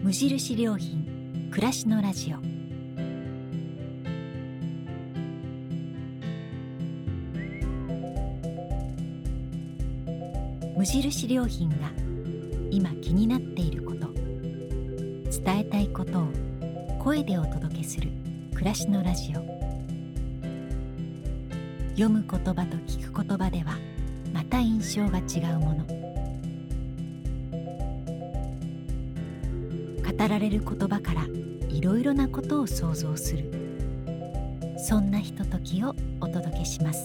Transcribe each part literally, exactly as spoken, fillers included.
無印良品暮らしのラジオ。無印良品が今気になっていること、伝えたいことを声でお届けする暮らしのラジオ。読む言葉と聞く言葉ではまた印象が違うもの。語られる言葉からいろいろなことを想像する、そんなひとときをお届けします。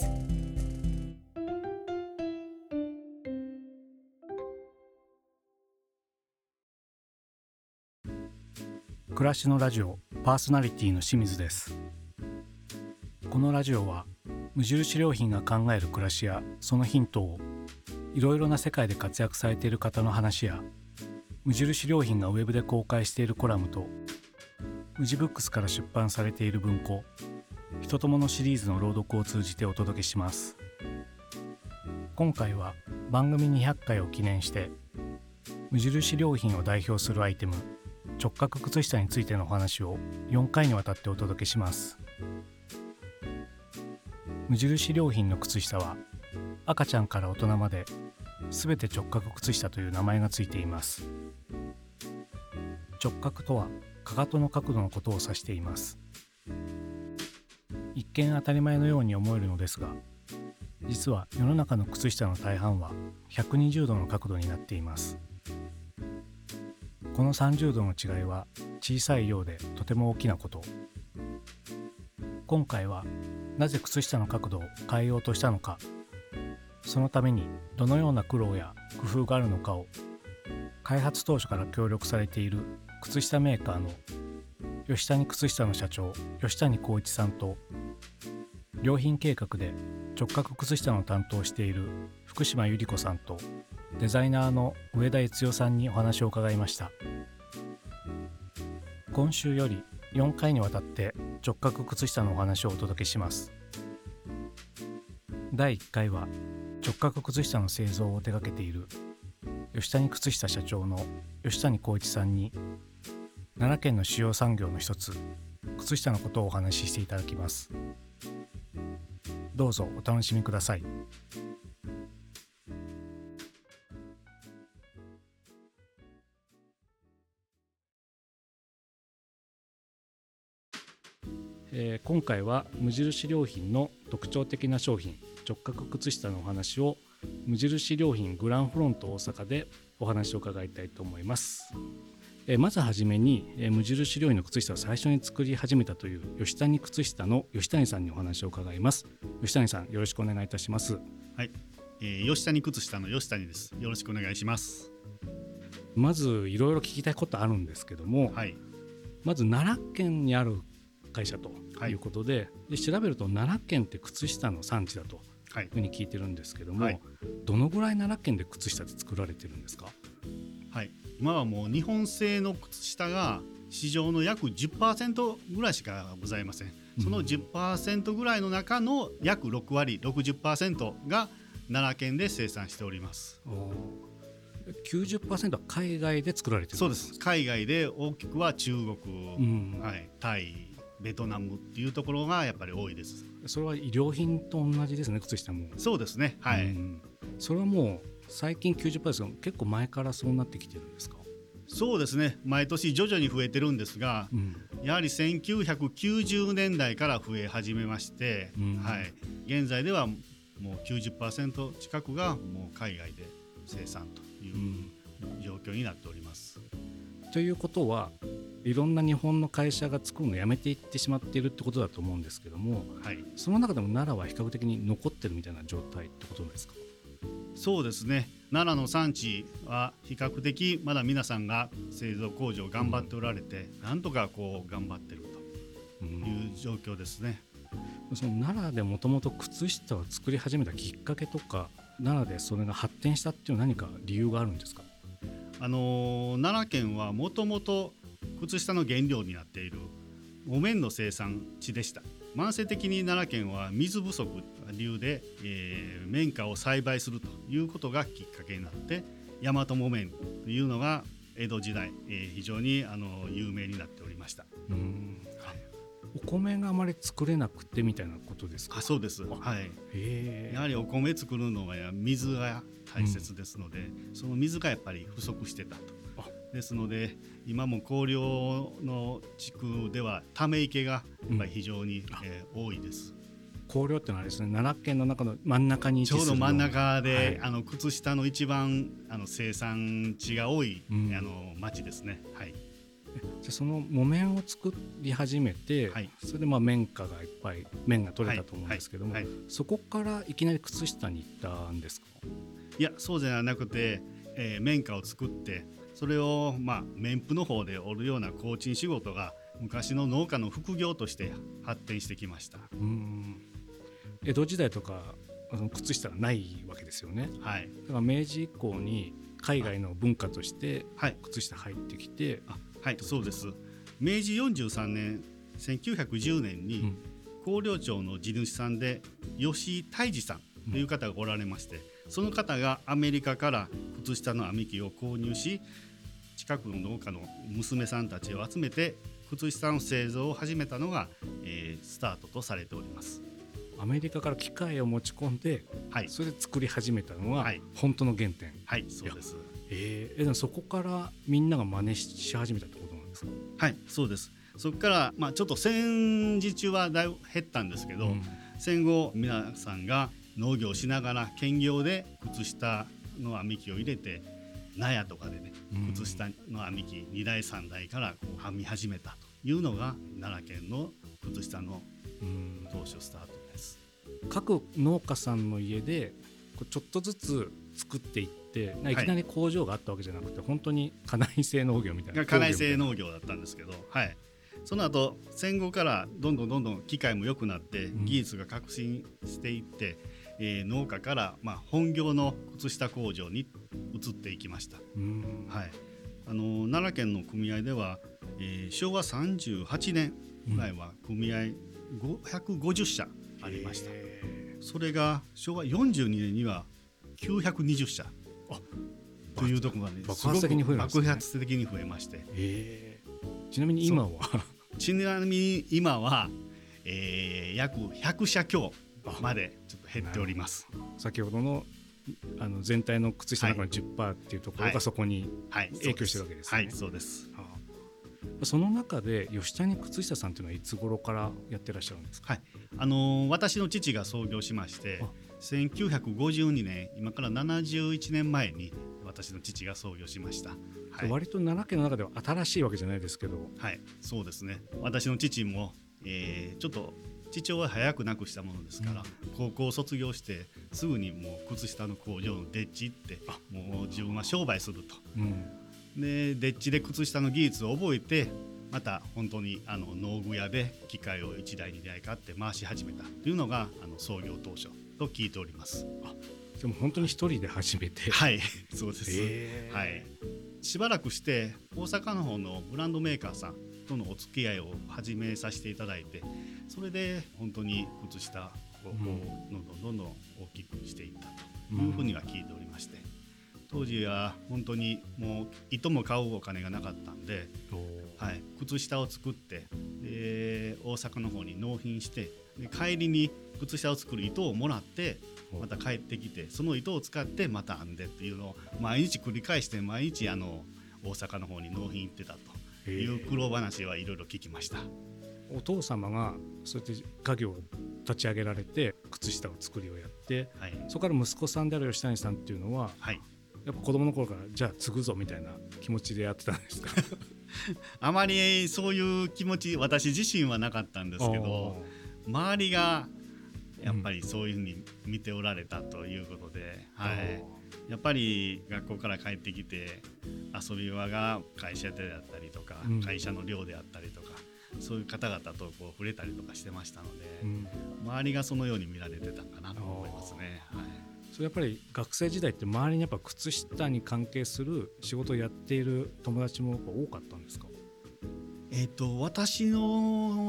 暮らしのラジオパーソナリティの清水です。このラジオは無印良品が考える暮らしやそのヒントをいろいろな世界で活躍されている方の話や、無印良品がウェブで公開しているコラムと無地ブックスから出版されている文庫人とものシリーズの朗読を通じてお届けします。今回は番組にひゃっかいを記念して無印良品を代表するアイテム直角靴下についてのお話をよんかいにわたってお届けします。無印良品の靴下は赤ちゃんから大人まですべて直角靴下という名前がついています。直角とはかかとの角度のことを指しています。一見当たり前のように思えるのですが、実は世の中の靴下の大半はひゃくにじゅうどの角度になっています。このさんじゅうどの違いは小さいようでとても大きなこと。今回はなぜ靴下の角度を変えようとしたのか、そのためにどのような苦労や工夫があるのかを開発当初から協力されている靴下メーカーの吉谷靴下の社長吉谷浩一さんと、良品計画で直角靴下の担当をしている福島由里子さんとデザイナーの上田悦代さんにお話を伺いました。今週よりよんかいにわたって直角靴下のお話をお届けします。だいいっかいは直角靴下の製造を手掛けている吉谷靴下社長の吉谷浩一さんに奈良県の主要産業の一つ靴下のことをお話ししていただきます。どうぞお楽しみください。えー、今回は無印良品の特徴的な商品直角靴下のお話を無印良品グランフロント大阪でお話を伺いたいと思います。えー、まずはじめに、えー、無印良品の靴下を最初に作り始めたという吉谷靴下の吉谷さんにお話を伺います。吉谷さん、よろしくお願いいたします。 はい、えー、吉谷靴下の吉谷です。よろしくお願いします。 まずいろいろ聞きたいことあるんですけども、はい、まず奈良県にある会社ということで、はい、で調べると奈良県って靴下の産地だというふうに聞いてるんですけども、はい、どのぐらい奈良県で靴下って作られてるんですか？ はい、今はもう日本製の靴下が市場の約 じゅっパーセント ぐらいしかございません。その じゅっパーセント ぐらいの中の約ろくわり ろくじゅっパーセント が奈良県で生産しております。 きゅうじゅっパーセント は海外で作られてるんですか？ そうです。海外で大きくは中国、うん、はい、タイ、ベトナムっていうところがやっぱり多いです。 それは衣料品と同じですね、靴下も。 そうですね、はい、うん、 それはもう最近 きゅうじゅっパーセント ですが、結構前からそうなってきてるんですか？ そうですね、毎年徐々に増えてるんですが、うん、やはりせんきゅうひゃくきゅうじゅうねんだいから増え始めまして、うん、はい、現在ではもう きゅうじゅっパーセント 近くがもう海外で生産という状況になっております。 うん、ということはいろんな日本の会社が作るのをやめていってしまっているってことだと思うんですけども、はい、その中でも奈良は比較的に残ってるみたいな状態ってことですか？ そうですね、奈良の産地は比較的まだ皆さんが製造工場頑張っておられて、うん、なんとかこう頑張ってるという状況ですね。 うん、その奈良でもともと靴下を作り始めたきっかけとか、奈良でそれが発展したっていう何か理由があるんですか？ あのー、奈良県はもともと靴下の原料になっている木綿の生産地でした。慢性的に奈良県は水不足理由で、えー、綿花を栽培するということがきっかけになって大和木綿というのが、 江戸時代、えー、非常にあの有名になっておりました。 うん、はい、お米があまり作れなくてみたいなことですか？ あ、そうです、はい、へやはりお米作るのは水が大切ですので、うん、その水がやっぱり不足してたと。ですので今も広陵の地区ではため池がやっぱり非常に、うん、えー、多いです。 広陵ってのはですね、奈良県の中の真ん中に位置する、 ちょうど真ん中で、はい、あの靴下の一番あの生産地が多い、うん、あの町ですね。はい、 じゃその木綿を作り始めて、はい、それでまあ綿花がいっぱい綿が取れたと思うんですけども、はいはいはい、そこからいきなり靴下に行ったんですか？ いや、そうじゃなくて、えー、綿花を作ってそれを、まあ、綿布の方で織るような工賃仕事が昔の農家の副業として発展してきました。 うーん、江戸時代とか靴下がないわけですよね。はい、だから明治以降に海外の文化として靴下入ってきて、 はい、あ、はい、そうです。明治よんじゅうさんねんせんきゅうひゃくじゅうねんに広陵町の地主さんで吉井泰治さんという方がおられまして、うん、その方がアメリカから靴下の編み機を購入し、近くの農家の娘さんたちを集めて靴下の製造を始めたのが、えー、スタートとされております。 アメリカから機械を持ち込んで、はい、それで作り始めたのが本当の原点。 はい、はい、そうです。 えー、でもそこからみんなが真似し始めたってことなんですか？ はい、そうです。そこから、まあ、ちょっと戦時中はだいぶ減ったんですけど、うん、戦後皆さんが農業をしながら兼業で靴下の編み機を入れて納屋とかでね、靴下の編み機にだいさんだいからこう編み始めたというのが奈良県の靴下の当初スタートです。 各農家さんの家でちょっとずつ作っていって、いきなり工場があったわけじゃなくて、はい、本当に家内製農業みたいな家内製農業だったんですけど、はい、その後戦後からどんどんどんどん機械も良くなって技術が革新していって、うん、えー、農家からまあ本業の靴下工場に移っていきました。うん、はい、あの奈良県の組合では、えー、しょうわさんじゅうはちねんぐらいは組合ごひゃくごじゅっしゃありました。それがしょうわよんじゅうにねんにはきゅうひゃくにじゅっしゃというところがね、 爆発的に増えましたね。 爆発的に増えまして、 えー、ちなみに今はちなみに今は、えー、約ひゃくしゃ強までちょっと減っております。 先ほどのあの全体の靴下の中の じゅっパーセント っていうところがそこに影響してるわけですね。 はい、そうです。 はい、そうです。その中で吉谷靴下さんというのはいつ頃からやってらっしゃるんですか？はい、 あのー、私の父が創業しましてせんきゅうひゃくごじゅうにねん、今からななじゅういちねんまえに私の父が創業しました。 はい、割と奈良県の中では新しいわけじゃないですけど、 はい、そうですね。私の父も、えー、ちょっと父親は早く亡くしたものですから、うん、高校を卒業してすぐにもう靴下の工場のデッチ行ってもう自分は商売すると、うん、でデッチで靴下の技術を覚えてまた本当にあの農具屋で機械をいちだいにだい買って回し始めたというのがあの創業当初と聞いております。 あ、でも本当に一人で始めて。 はい、そうです。はい、しばらくして大阪の方のブランドメーカーさんとのお付き合いを始めさせていただいて、それで本当に靴下をこうどんどんどんどん大きくしていったというふうには聞いておりまして、当時は本当にもう糸も買うお金がなかったんで、はい、靴下を作ってで大阪の方に納品してで帰りに靴下を作る糸をもらってまた帰ってきてその糸を使ってまた編んでっていうのを毎日繰り返して毎日あの大阪の方に納品行ってたという苦労話はいろいろ聞きました。 お父様がそうやって家業を立ち上げられて靴下を作りをやって、はい、そこから息子さんである吉谷さんっていうのは、はい、やっぱ子供の頃からじゃあ継ぐぞみたいな気持ちでやってたんですか？ あまりそういう気持ち私自身はなかったんですけど、周りがやっぱりそういうふうに見ておられたということで、うん、はい、やっぱり学校から帰ってきて遊び場が会社であったりとか、うん、会社の寮であったりとかそういう方々とこう触れたりとかしてましたので、うん、周りがそのように見られてたかなと思いますね。はい、 それやっぱり学生時代って周りにやっぱ靴下に関係する仕事をやっている友達も多かったんですか？ えーと、私の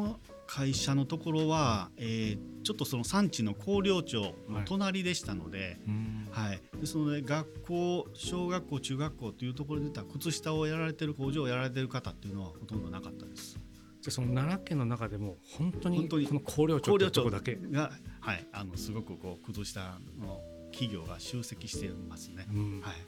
会社のところは、えー、ちょっとその産地の広陵町の隣でしたので、はいはい、ですので学校小学校中学校というところで出た靴下をやられてる工場をやられてる方っていうのはほとんどなかったです。 じゃその奈良県の中でも本当にこの広陵町というところだけが、はい、あのすごくこう靴下の企業が集積していますね、うんはい、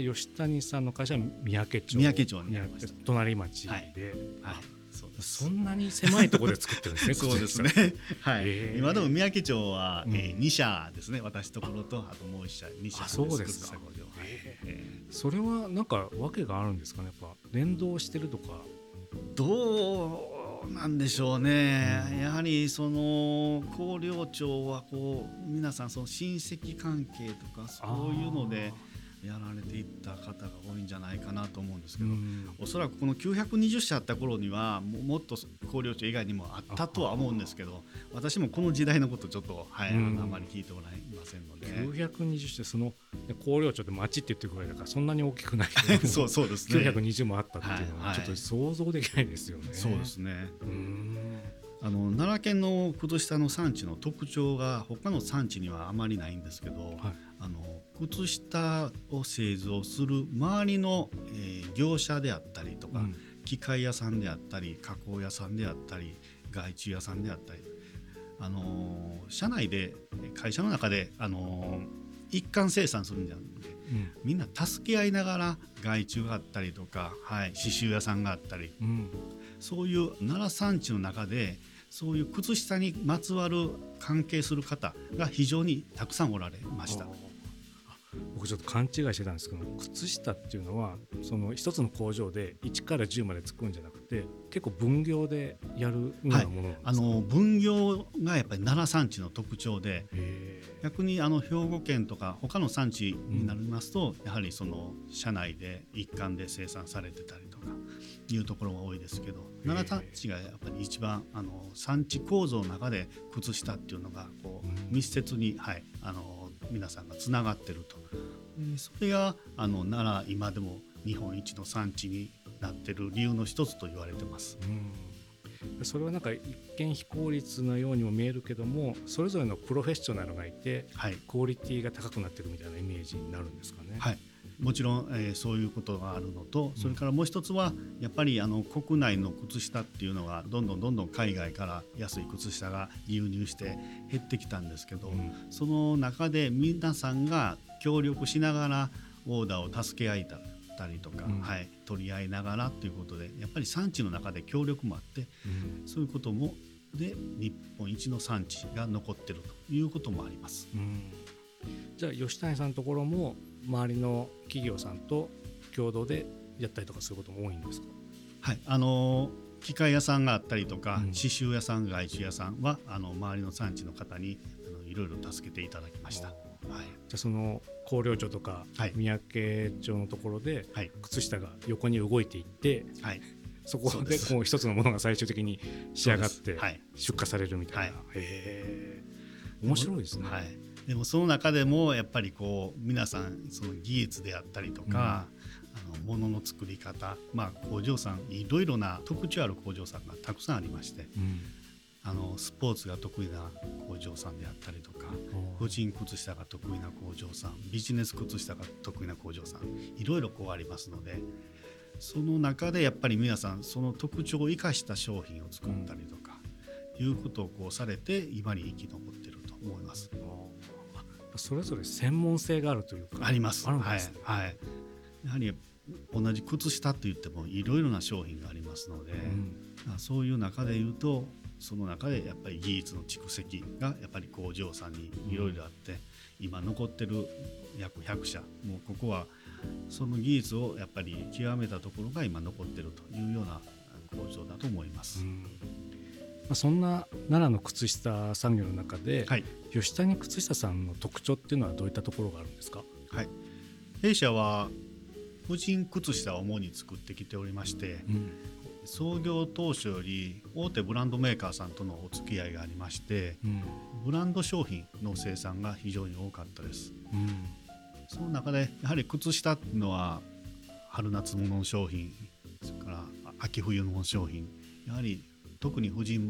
で吉谷さんの会社は三宅町三宅町にありました。 隣町で、はいはい、 そうです。 そんなに狭いところで作ってるんですねそうですね、はいえー、今でも三宅町は、うんえー、に社ですね。私ところとあともういっ社に社で作ってた工場、 えー、それはなんか訳があるんですかね。やっぱ連動してるとかどうなんでしょうね、うん、やはりその広陵町はこう皆さんその親戚関係とかそういうのでやられていった方が多いんじゃないかなと思うんですけど、うん、おそらくこのきゅうひゃくにじゅっ社あった頃には も, もっと広陵町以外にもあったとは思うんですけど、私もこの時代のことちょっと、はい、うん、あまり聞いてもらえませんので。 きゅうひゃくにじゅっ社、その広陵町って町って言ってるくらいだからそんなに大きくないそうそうですね。 きゅうひゃくにじゅうもあったっていうのはちょっと想像できないですよね、はいはい、 そうですね。うーんあの奈良県の靴下の産地の特徴が他の産地にはあまりないんですけど、はい、あの靴下を製造する周りの、えー、業者であったりとか、うん、機械屋さんであったり加工屋さんであったり外注屋さんであったり、あのー、社内で会社の中で、あのー、一貫生産するんじゃなくて、うん、みんな助け合いながら外注があったりとか、はい、刺繍屋さんがあったり、うん、そういう奈良産地の中でそういう靴下にまつわる関係する方が非常にたくさんおられました。 僕ちょっと勘違いしてたんですけど、靴下っていうのはその一つの工場でいちからじゅうまで作るんじゃなくて結構分業でやるようなものなんですか。 はい、あの分業がやっぱり奈良産地の特徴で、逆にあの兵庫県とか他の産地になりますと、うん、やはりその社内で一貫で生産されてたりとかいうところが多いですけど、奈良産地がやっぱり一番あの産地構造の中で靴下っていうのがこう密接に、はい、あの皆さんがつながっていると、それがあの奈良今でも日本一の産地になっている理由の一つと言われてます。 うん、それはなんか一見非効率のようにも見えるけども、それぞれのプロフェッショナルがいて、はい、クオリティが高くなってるみたいなイメージになるんですかね。 はい、もちろん、えー、そういうことがあるのと、それからもう一つはやっぱりあの国内の靴下っていうのがどんどんどんどん海外から安い靴下が輸入して減ってきたんですけど、うん、その中で皆さんが協力しながらオーダーを助け合いたりとか、うんはい、取り合いながらということでやっぱり産地の中で協力もあって、うん、そういうこともで日本一の産地が残っているということもあります。うん、 じゃあ吉谷さんのところも周りの企業さんと共同でやったりとかすることも多いんですか。 はい、あの機械屋さんがあったりとか、うん、刺繍屋さん外注屋さんはあの周りの産地の方にあのいろいろ助けていただきました。 はい、じゃあその広陵町とか三宅町のところで靴下が横に動いていって、はい、そこでこう一つのものが最終的に仕上がって出荷されるみたいな、はい、へー面白いですね。はい、 でもその中でもやっぱりこう皆さんその技術であったりとか、うん、あの物の作り方、まあ、工場さんいろいろな特徴ある工場さんがたくさんありまして、うんあのスポーツが得意な工場さんであったりとか、婦人靴下が得意な工場さん、ビジネス靴下が得意な工場さん、いろいろこうありますので、その中でやっぱり皆さんその特徴を生かした商品を作ったりとか、うん、いうことをこうされて今に生き残っていると思います。 それぞれ専門性があるというかあります。あるんですね。はいはい、やはり同じ靴下といってもいろいろな商品がありますので、うん、そういう中でいうとその中でやっぱり技術の蓄積がやっぱり工場さんにいろいろあって、うん、今残ってる約ひゃく社、もうここはその技術をやっぱり極めたところが今残ってるというような工場だと思います。うん、まあ、そんな奈良の靴下産業の中で、はい、吉谷靴下さんの特徴っていうのはどういったところがあるんですか。 はい、弊社は婦人靴下を主に作ってきておりまして、うん、創業当初より大手ブランドメーカーさんとのお付き合いがありまして、うん、ブランド商品の生産が非常に多かったです。うん、その中でやはり靴下っていうのは春夏物の商品、それから秋冬の商品、やはり特に婦人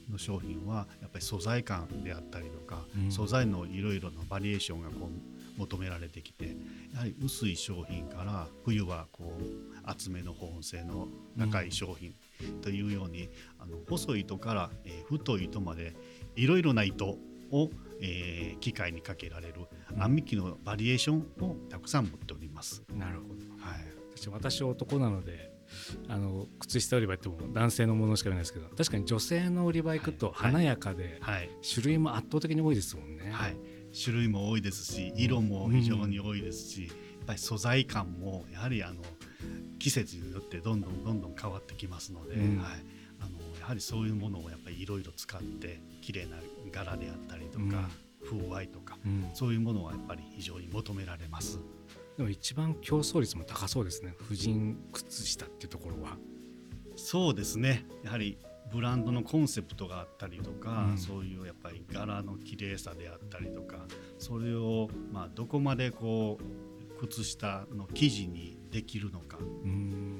の商品はやっぱり素材感であったりとか、 うん、 素材のいろいろなバリエーションがこう求められてきて、やはり薄い商品から冬はこう厚めの保温性の高い商品というように、うん、あの細い糸から、えー、太い糸までいろいろな糸を、えー、機械にかけられる編み機のバリエーションをたくさん持っております。 なるほど、 はい、 私は男なのであの靴下売り場行っても男性のものしか見ないですけど、確かに女性の売り場行くと華やかで、はいはい、種類も圧倒的に多いですもんね。 はい、種類も多いですし、色も非常に多いですし、うん、やっぱり素材感もやはりあの季節によってどんどんどんどん変わってきますので、うん、はい、あのやはりそういうものをやっぱりいろいろ使って綺麗な柄であったりとか、うん、風合いとか、うん、そういうものはやっぱり非常に求められます。 でも一番競争率も高そうですね、婦人靴下っていうところは。 そうですね、やはりブランドのコンセプトがあったりとか、うん、そういうやっぱり柄の綺麗さであったりとか、それをまあどこまでこう靴下の生地にできるのか、うん、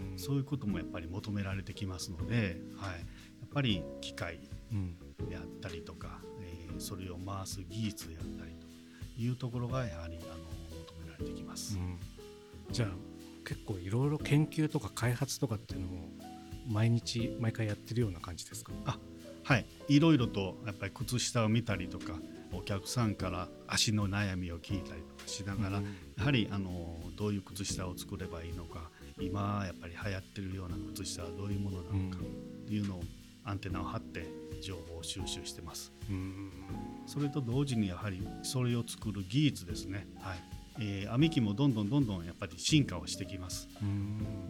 そういうこともやっぱり求められてきますので、はい、やっぱり機械であったりとか、うん、えー、それを回す技術であったりというところがやはりあの求められてきます。うん、 じゃあ結構いろいろ研究とか開発とかっていうのも毎日毎回やってるような感じですか？ あ、はい、いろいろとやっぱり靴下を見たりとか、お客さんから足の悩みを聞いたりとかしながら、うん、やはりあのどういう靴下を作ればいいのか、今やっぱり流行ってるような靴下はどういうものなのかっていうのをアンテナを張って情報を収集してます。うん、それと同時にやはりそれを作る技術ですね。はい、えー、編み機もどんどんどんどんやっぱり進化をしてきます。うん、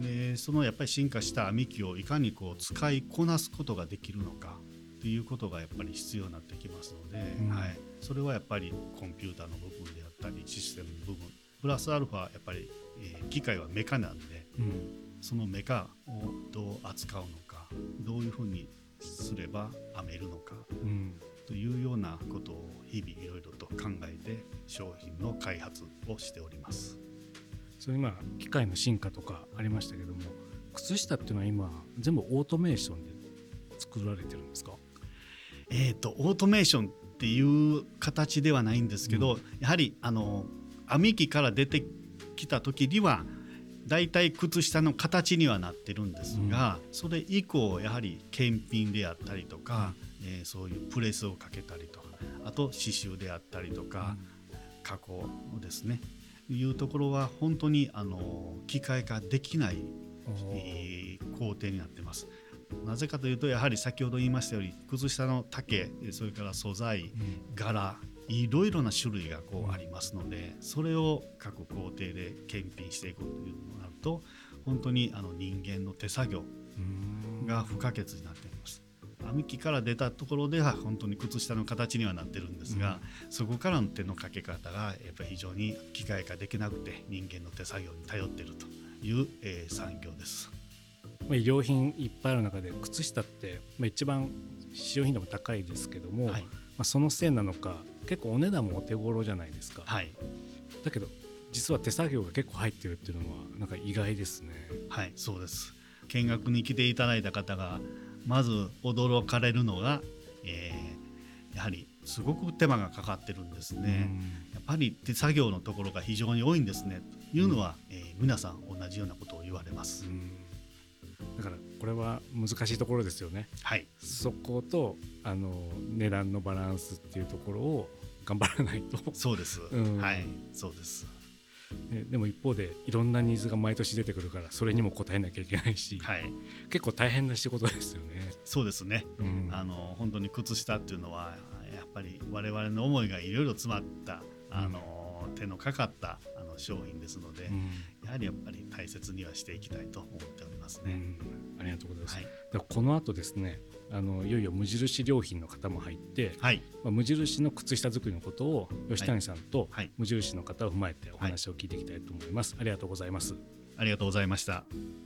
でそのやっぱり進化した編み機をいかにこう使いこなすことができるのかということがやっぱり必要になってきますので、うん、はい、それはやっぱりコンピューターの部分であったりシステムの部分プラスアルファやっぱり、えー、機械はメカなんで、うん、そのメカをどう扱うのか、どういうふうにすれば編めるのか、うん、というようなことを日々いろいろと考えて商品の開発をしております。 それ今機械の進化とかありましたけども、靴下っていうのは今全部オートメーションで作られてるんですか？ えーと、オートメーションっていう形ではないんですけど、うん、やはりあの編み機から出てきた時にはだいたい靴下の形にはなってるんですが、うん、それ以降やはり検品であったりとか、うん、えー、そういうプレスをかけたりとか、あと刺繍であったりとか、うん、加工ですねいうところは本当にあの機械化できない、えー、工程になってます。なぜかというと、やはり先ほど言いましたように靴下の丈、それから素材、うん、柄、いろいろな種類がこうありますので、それを各工程で検品していくというのになると、本当にあの人間の手作業が不可欠になっています。編み機から出たところでは本当に靴下の形にはなってるんですが、うん、そこからの手のかけ方がやっぱり非常に機械化できなくて、人間の手作業に頼っているという、えー、産業です。 まあ、衣料品いっぱいある中で靴下って、まあ、一番使用頻度も高いですけども、はい、まあ、そのせいなのか結構お値段もお手頃じゃないですか。はい、だけど実は手作業が結構入ってるっていうのはなんか意外ですね。 はい、そうです。見学に来ていただいた方がまず驚かれるのが、えー、やはりすごく手間がかかってるんですね。やっぱり手作業のところが非常に多いんですねというのは、うん、えー、皆さん同じようなことを言われます。うん、 だからこれは難しいところですよね。はい、そことあの値段のバランスっていうところを頑張らないと。 そうです、うん、はい、そうです。 でも一方でいろんなニーズが毎年出てくるから、それにも応えなきゃいけないし、はい、結構大変な仕事ですよね。 そうですね、うん、あの本当に靴下っていうのはやっぱり我々の思いがいろいろ詰まったあの、うん、手のかかったあの商品ですので、うん、やはりやっぱり大切にはしていきたいと思っておりますね。 うん、ありがとうございます。はい、でこの後ですね、あのいよいよ無印良品の方も入って、はい、まあ、無印の靴下作りのことを吉谷さんと無印の方を踏まえてお話を聞いていきたいと思います。はい、ありがとうございます。 ありがとうございました。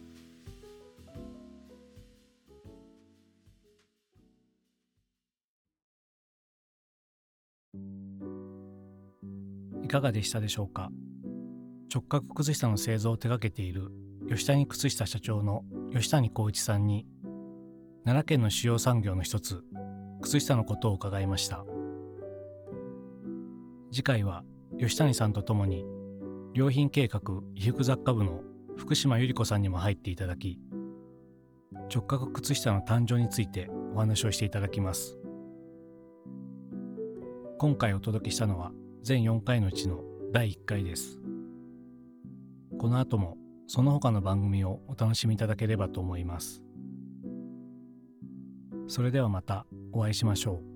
いかがでしたでしょうか。直角靴下の製造を手掛けている吉谷靴下社長の吉谷浩一さんに、奈良県の主要産業の一つ靴下のことを伺いました。次回は吉谷さんとともに良品計画衣服雑貨部の福島百合子さんにも入っていただき、直角靴下の誕生についてお話をしていただきます。今回お届けしたのは全よんかいのうちのだいいっかいです。この後もその他の番組をお楽しみいただければと思います。それではまたお会いしましょう。